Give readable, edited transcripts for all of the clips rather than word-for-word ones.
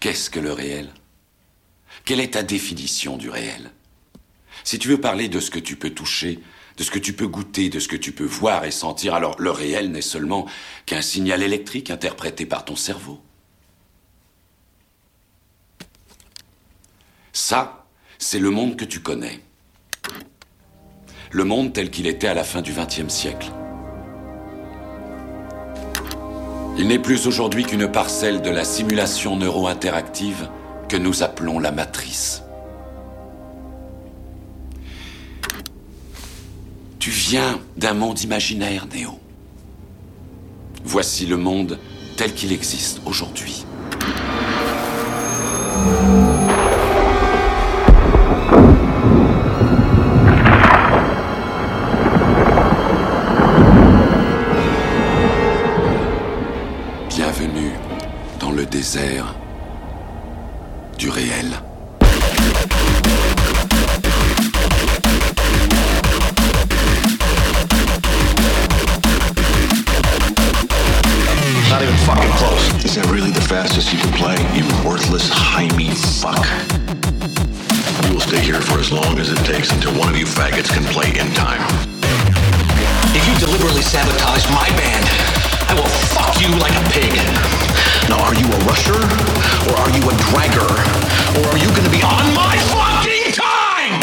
Qu'est-ce que le réel? Quelle est ta définition du réel? Si tu veux parler de ce que tu peux toucher, de ce que tu peux goûter, de ce que tu peux voir et sentir, alors le réel n'est seulement qu'un signal électrique interprété par ton cerveau. Ça, c'est le monde que tu connais. Le monde tel qu'il était à la fin du XXe siècle. Il n'est plus aujourd'hui qu'une parcelle de la simulation neuro-interactive que nous appelons la matrice. Tu viens d'un monde imaginaire, Néo. Voici le monde tel qu'il existe aujourd'hui. Bienvenue dans le désert du réel. Not even fucking close. Is that really the fastest you can play, you worthless Jaime fuck? You will stay here for as long as it takes until one of you faggots can play in time. If you deliberately sabotage my band, I will fuck you like a pig. Now, are you a rusher, or are you a dragger, or are you gonna be on my fucking time?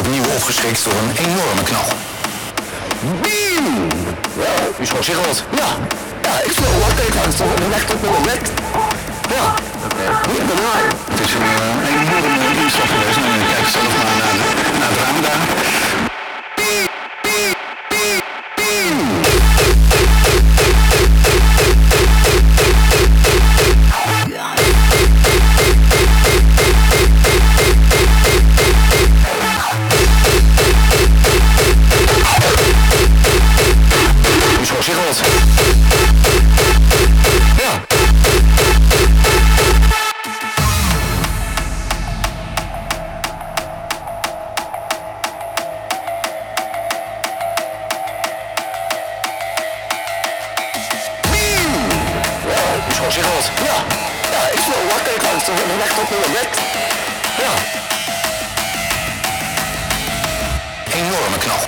opnieuw opgeschrikt door een enorme knal. U schrok zich rot. Ja, ik sloeg wat tegen aan, stond recht op mijn nek. Ja, niet normaal. Het is een enorme inslag geweest. En kijk zelf maar naar het raam daar. U schrok zich rot. Ja. U schrok zich rot. Ja, ik sloeg wat tegen aan, stond recht op mijn nek. Ja. Enorme knal.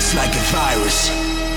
It's like a virus.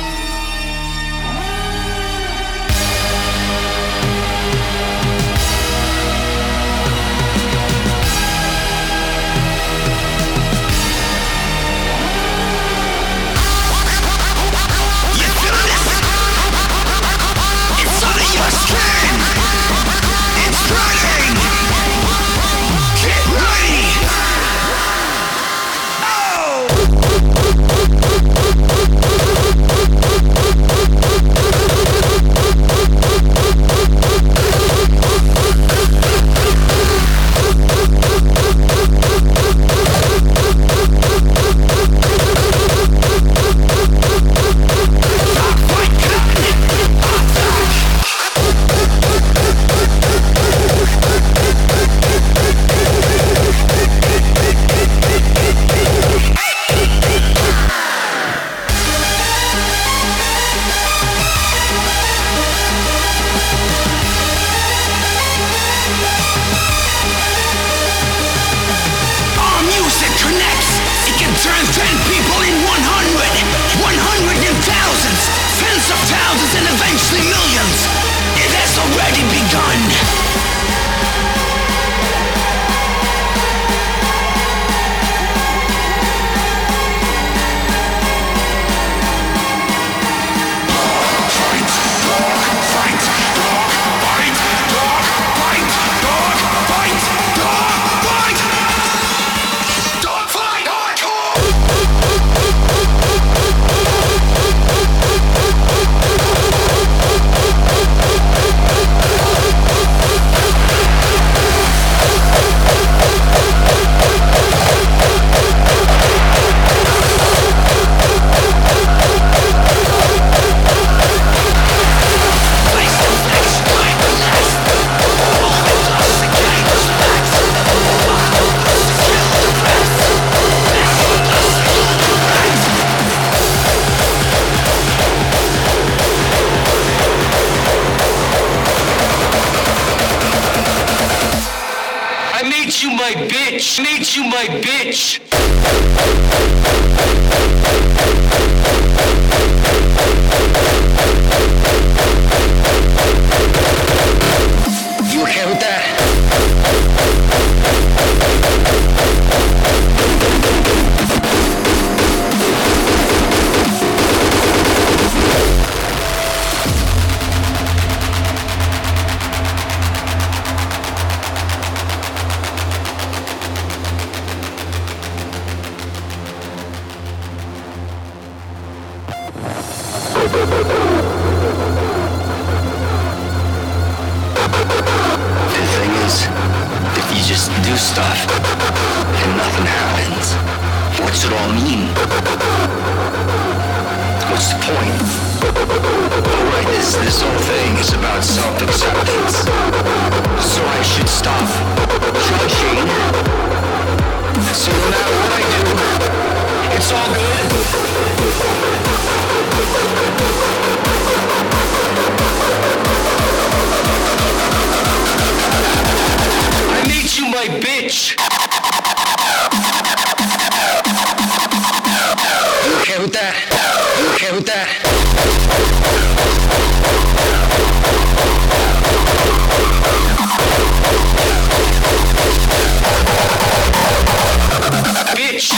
Made you my bitch. You okay with that? Stuff and nothing happens. What's it all mean? What's the point? Alright, this whole thing is about self-acceptance. So I should stop judging. So no matter what I do, it's all you my bitch. You okay with that? You okay with that? Bitch.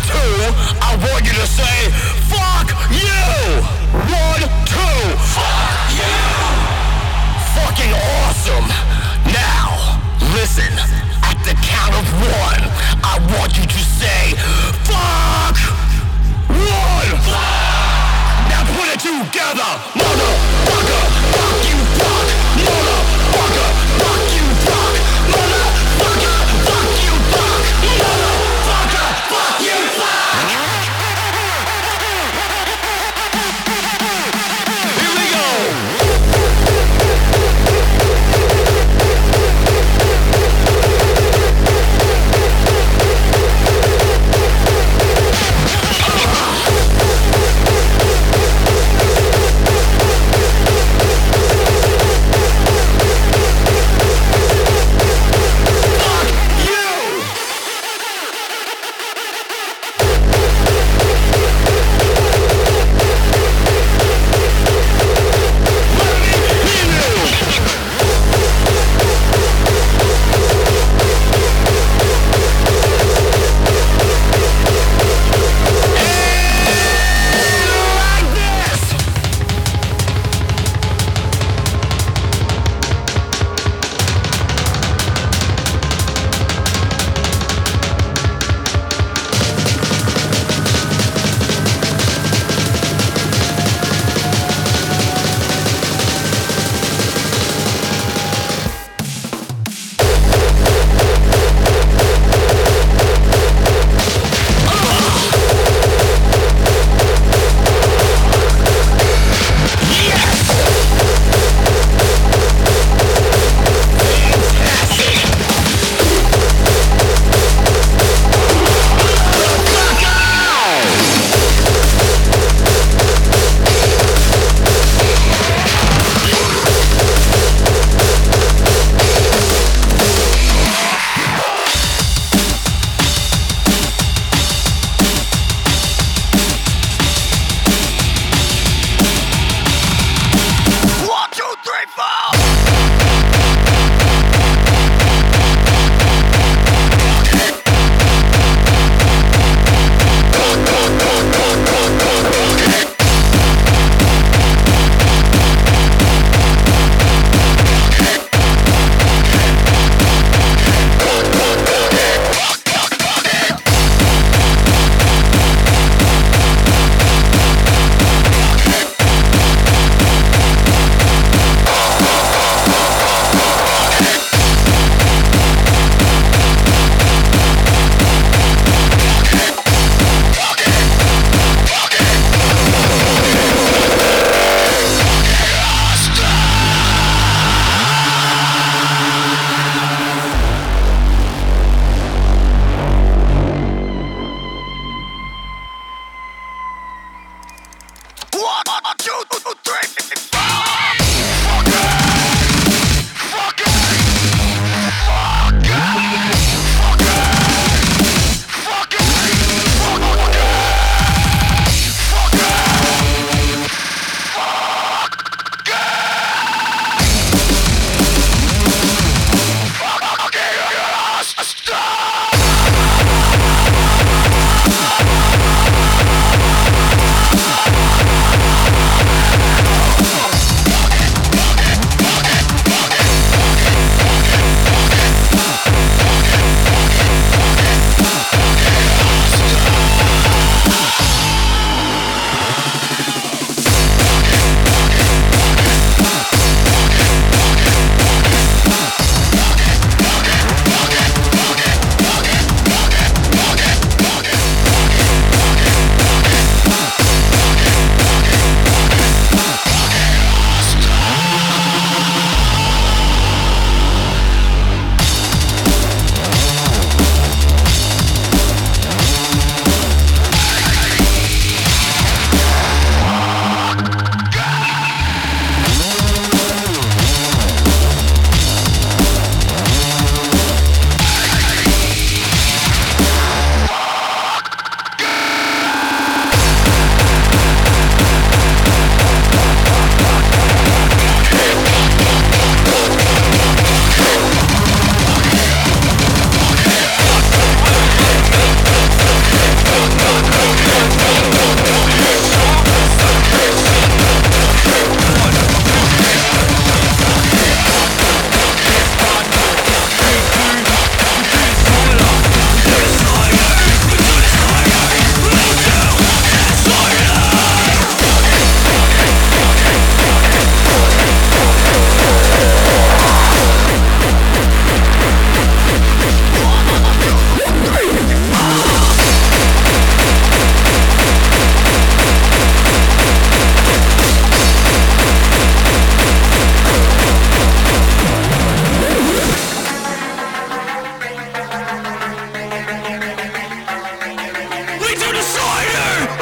two, I want you to say, fuck you! 1, 2, fuck you! Fucking awesome! Now, listen, at the count of 1, I want you to say, fuck! 1! Now put it together! Motherfucker! Fuck you, fuck! Motherfucker! Fuck you, fuck! Motherfucker! Fuck you, fuck! Motherfucker! Fuck you, fuck! Here we go!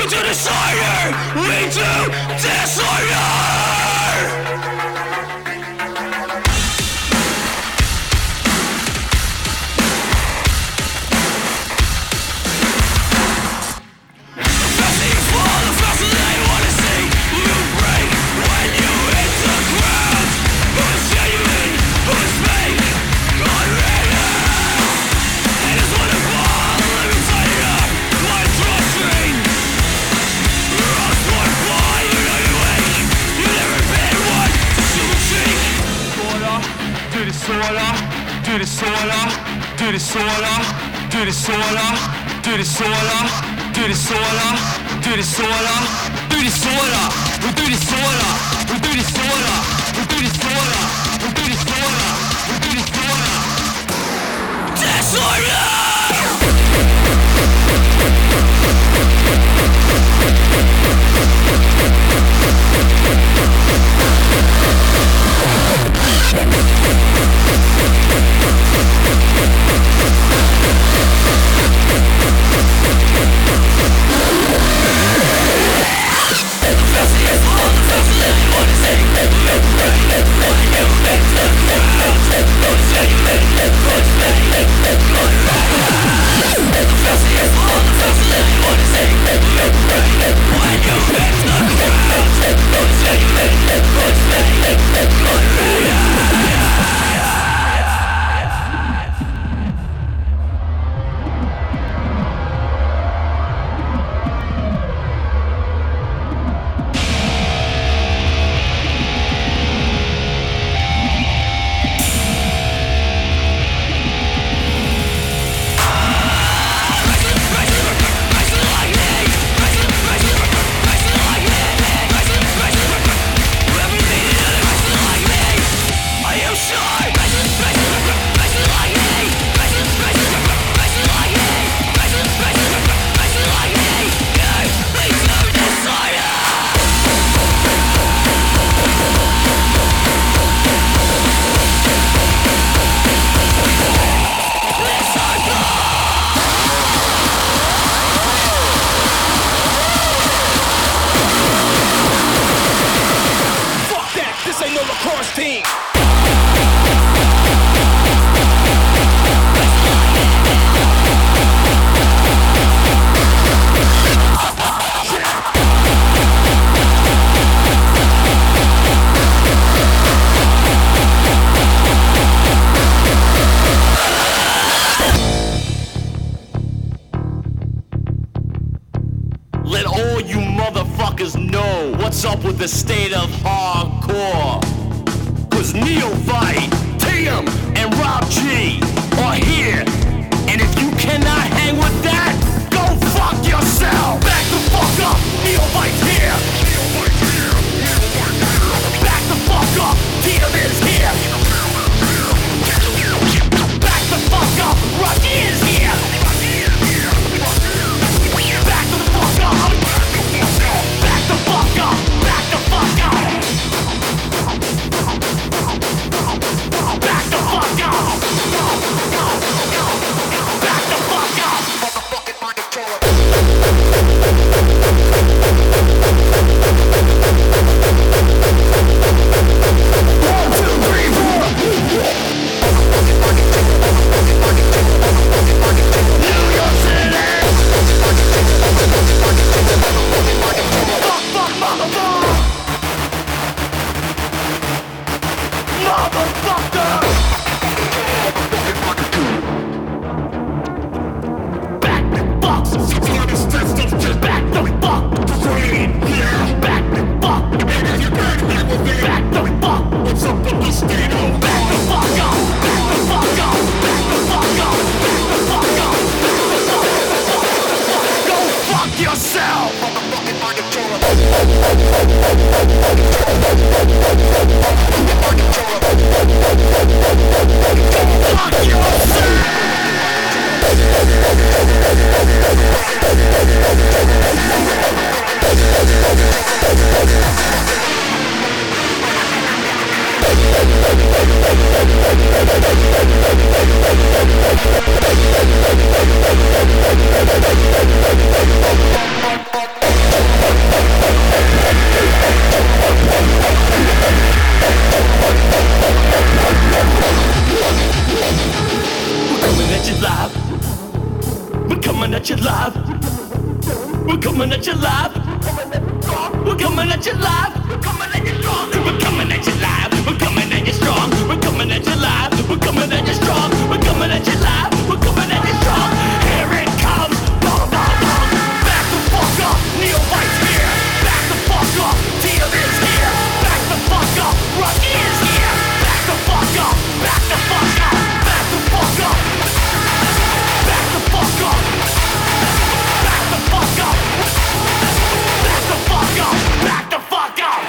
do disorder! We do disorder! Do disorder, do disorder, do disorder, do disorder, do disorder, do disorder, do disorder, we do disorder, we do disorder, we do disorder, we do disorder, we do disorder, disorder! What's up with the state of hardcore? Cause Neophyte, TM, and Rob G are here. And if you cannot hang with that, go fuck yourself. Back the fuck up, Neophyte's here. Back the fuck up, TM is here. Back the fuck up, Rob G is here. Back the fuck up. Back the fuck up! Back the fuck up! Back the fuck up! Back the fuck up! Motherfucking mind controller. 1, 2, 3, 4. New York City. Yourself! Motherfucking mind controller! Fuck yourself! live. We're coming at you live. We're coming at you live. We're coming at you strong. We're coming at you live. We're coming at you strong. We're coming at you live. We're coming at you strong. We're coming at you live. We're coming at you strong. Here it comes. Bong, bong, bong. Back the fuck up. Neil White's here. Back the fuck up. Teal is here. Back the fuck up. Rocky is here. Back the fuck up. Back the fuck up. Back the fuck up. Back the fuck up. Back the fuck up. Back the fuck up. Back the fuck up.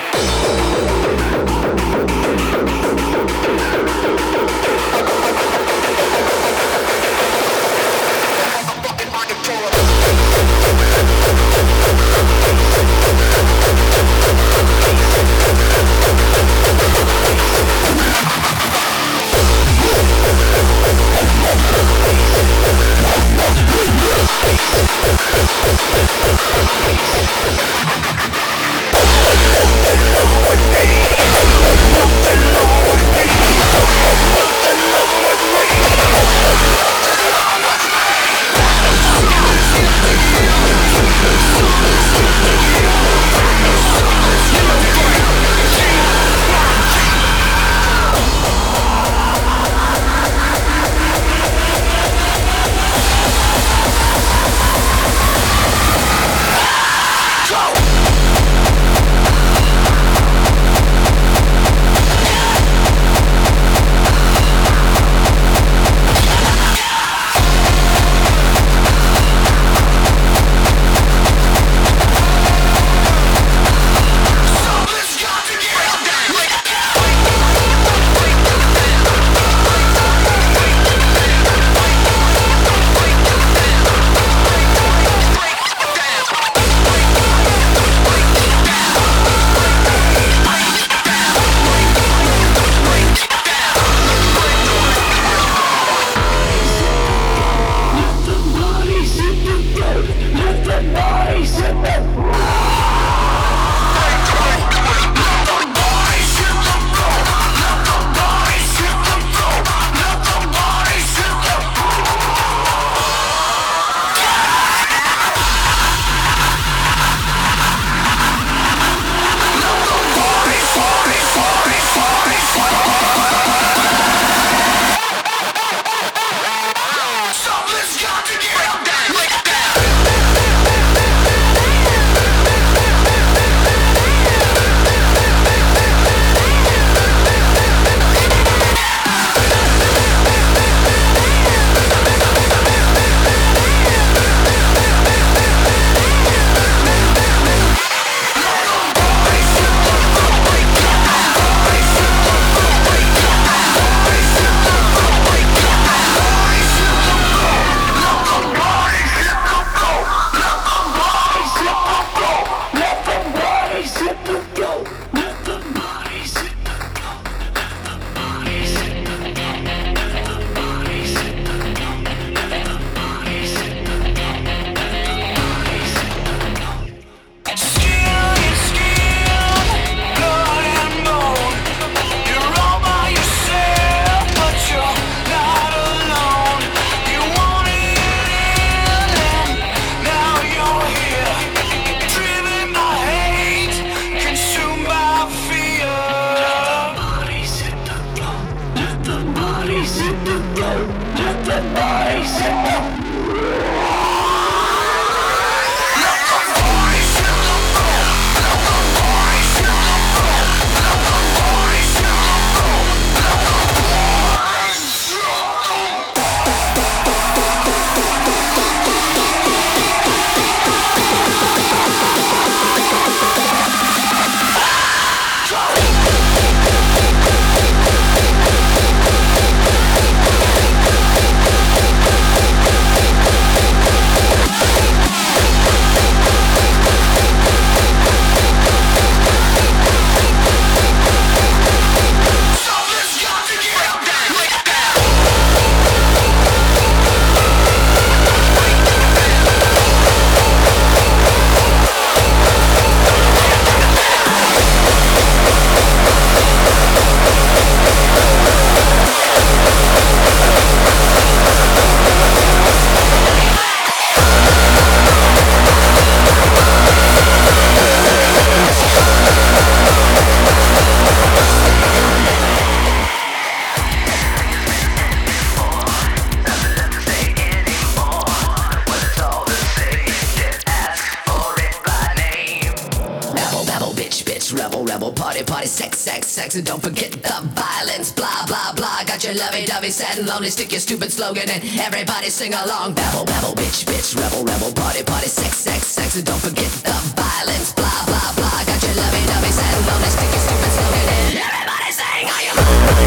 rebel, party, party, sex, sex, sex, and don't forget the violence, blah, blah, blah. Got your lovey-dovey sad and lonely, stick your stupid slogan and everybody sing along. Babble, babble, bitch, bitch, rebel, rebel, party, party, sex, sex, sex, and don't forget the violence, blah, blah, blah. Got your lovey-dovey sad and lonely, stick your stupid slogan and everybody sing, are you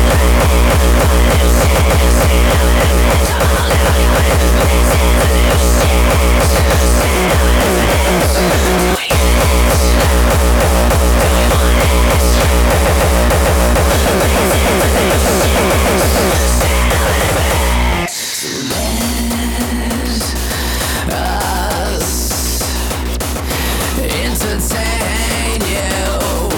entertain you.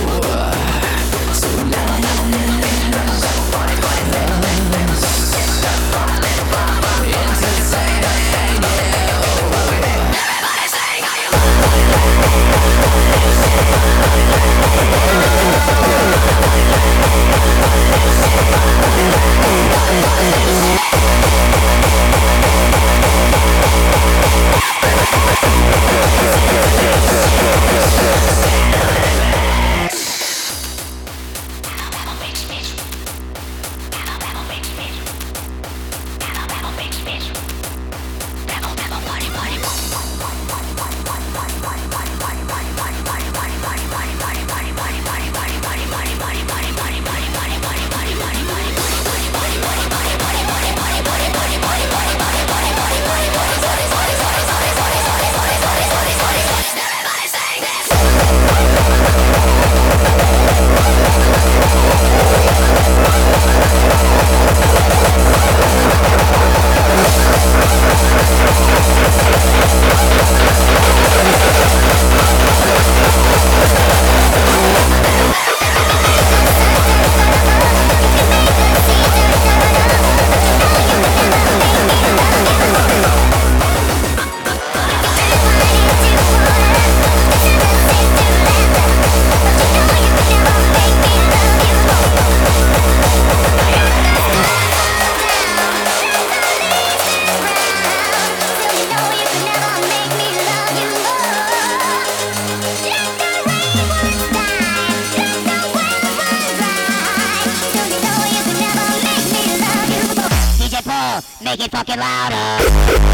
Make it fucking louder.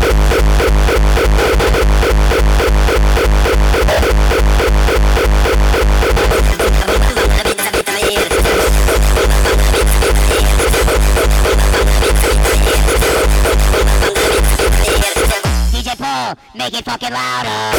DJ Paul, make it fucking louder.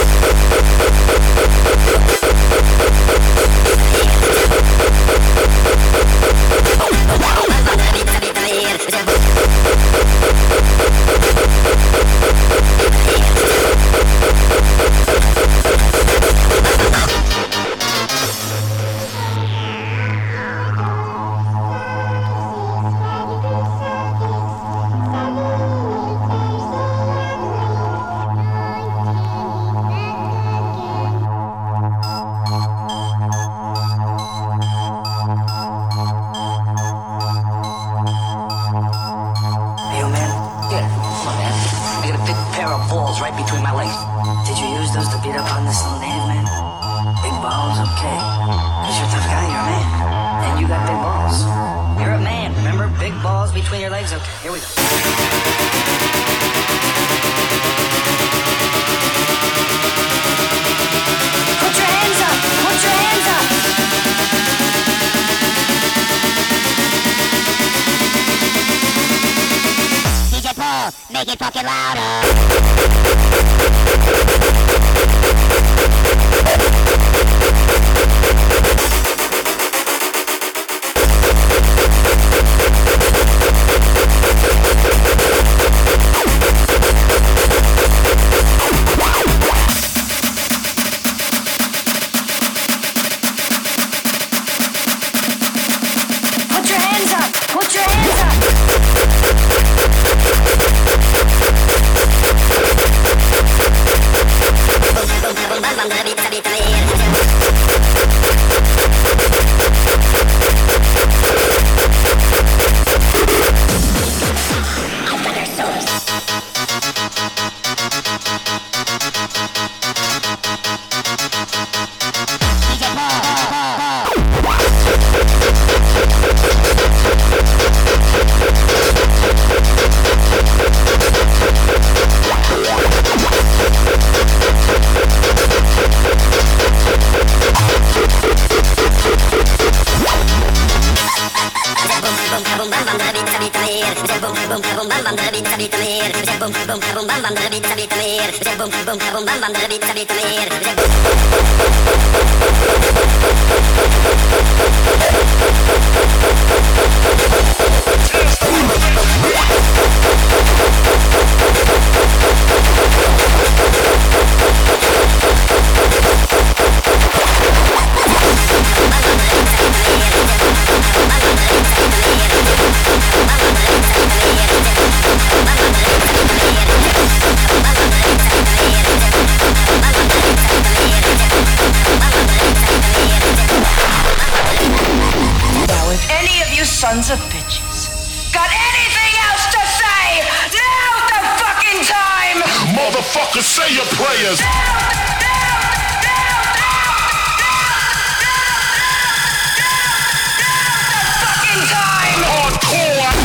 Make it fucking louder. Put your hands up! Put your hands DJ Paul. boom boom bam bam the beat the beat meer. We say boom boom boom bam bam the beat the beat meer. We say boom boom boom bam bam the beat the beat meer. We say sons of bitches. Got anything else to say? Now's the fucking time! Motherfuckers, say your prayers. Fucking time! Hardcore!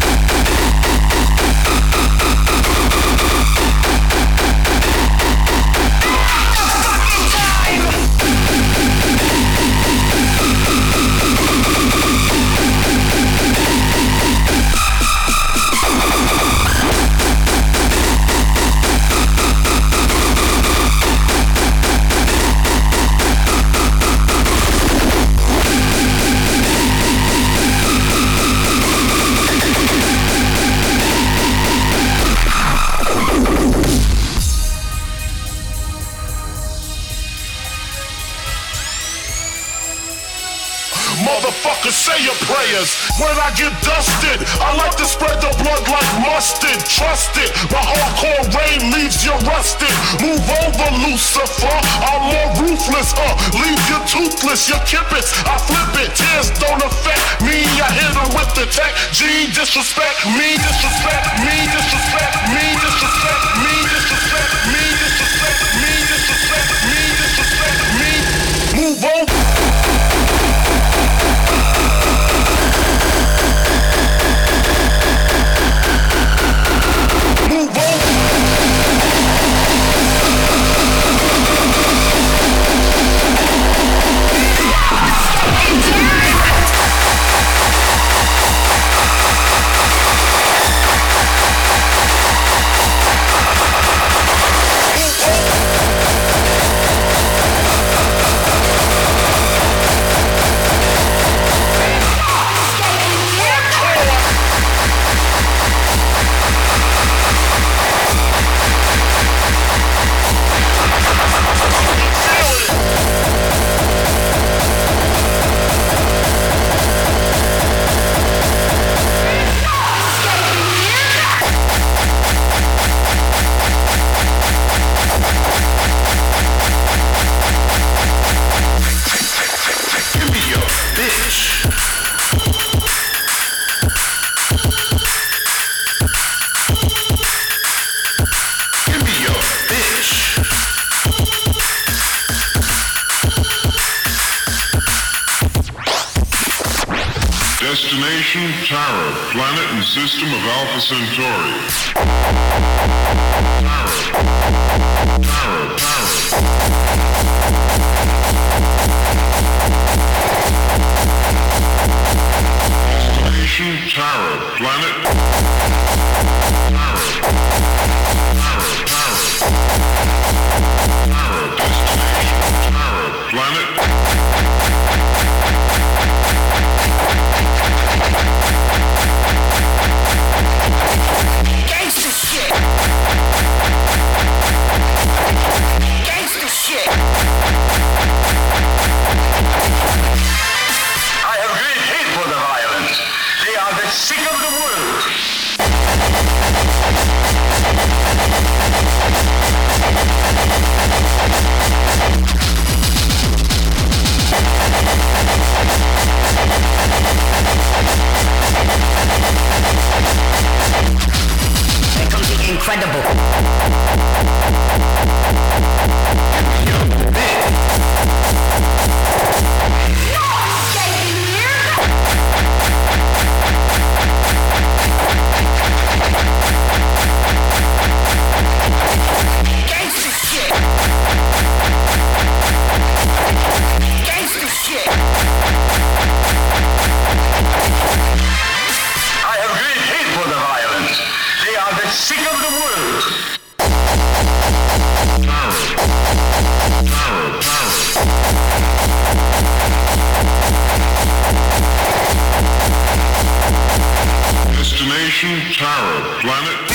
Motherfuckers, say your prayers. When I get dusted, I like to spread the blood like mustard. Trust it, my hardcore rain leaves you rusted. Move over, Lucifer, I'm more ruthless. Leave you toothless, you kip it, I flip it. Tears don't affect me, I hit them with the tech. G, disrespect me, disrespect me, disrespect me, disrespect me, disrespect me, disrespect me, disrespect me, disrespect me. Move over. Destination, Tara, planet and system of Alpha Centauri. Tara. Destination, Tara, planet. Tara. Destination, Tara, planet. Sick of the world. Station Tara, planet...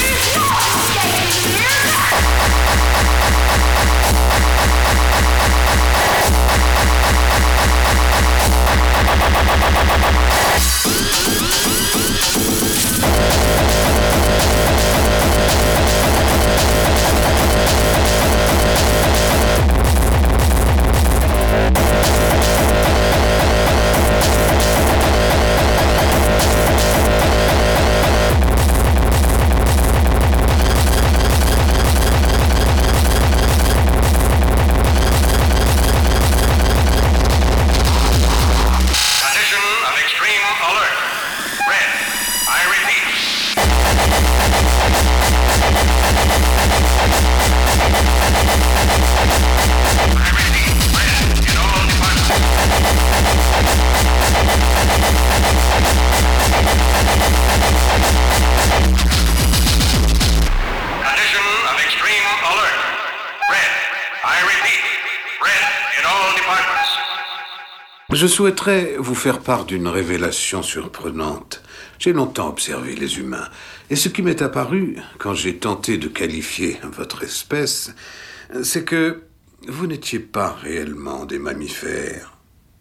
Je souhaiterais vous faire part d'une révélation surprenante. J'ai longtemps observé les humains, et ce qui m'est apparu, quand j'ai tenté de qualifier votre espèce, c'est que vous n'étiez pas réellement des mammifères.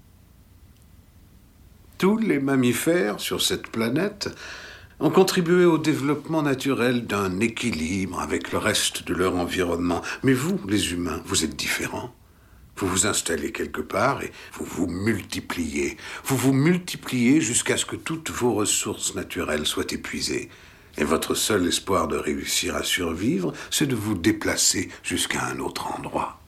Tous les mammifères sur cette planète ont contribué au développement naturel d'un équilibre avec le reste de leur environnement. Mais vous, les humains, vous êtes différents. Vous vous installez quelque part et vous vous multipliez. Vous vous multipliez jusqu'à ce que toutes vos ressources naturelles soient épuisées. Et votre seul espoir de réussir à survivre, c'est de vous déplacer jusqu'à un autre endroit.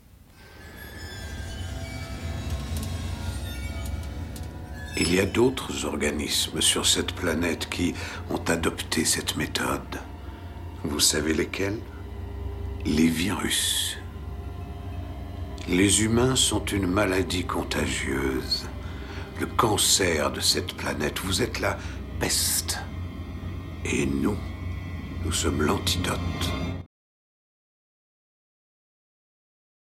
Il y a d'autres organismes sur cette planète qui ont adopté cette méthode. Vous savez lesquels? Les virus. Les humains sont une maladie contagieuse. Le cancer de cette planète. Vous êtes la peste. Et nous sommes l'antidote.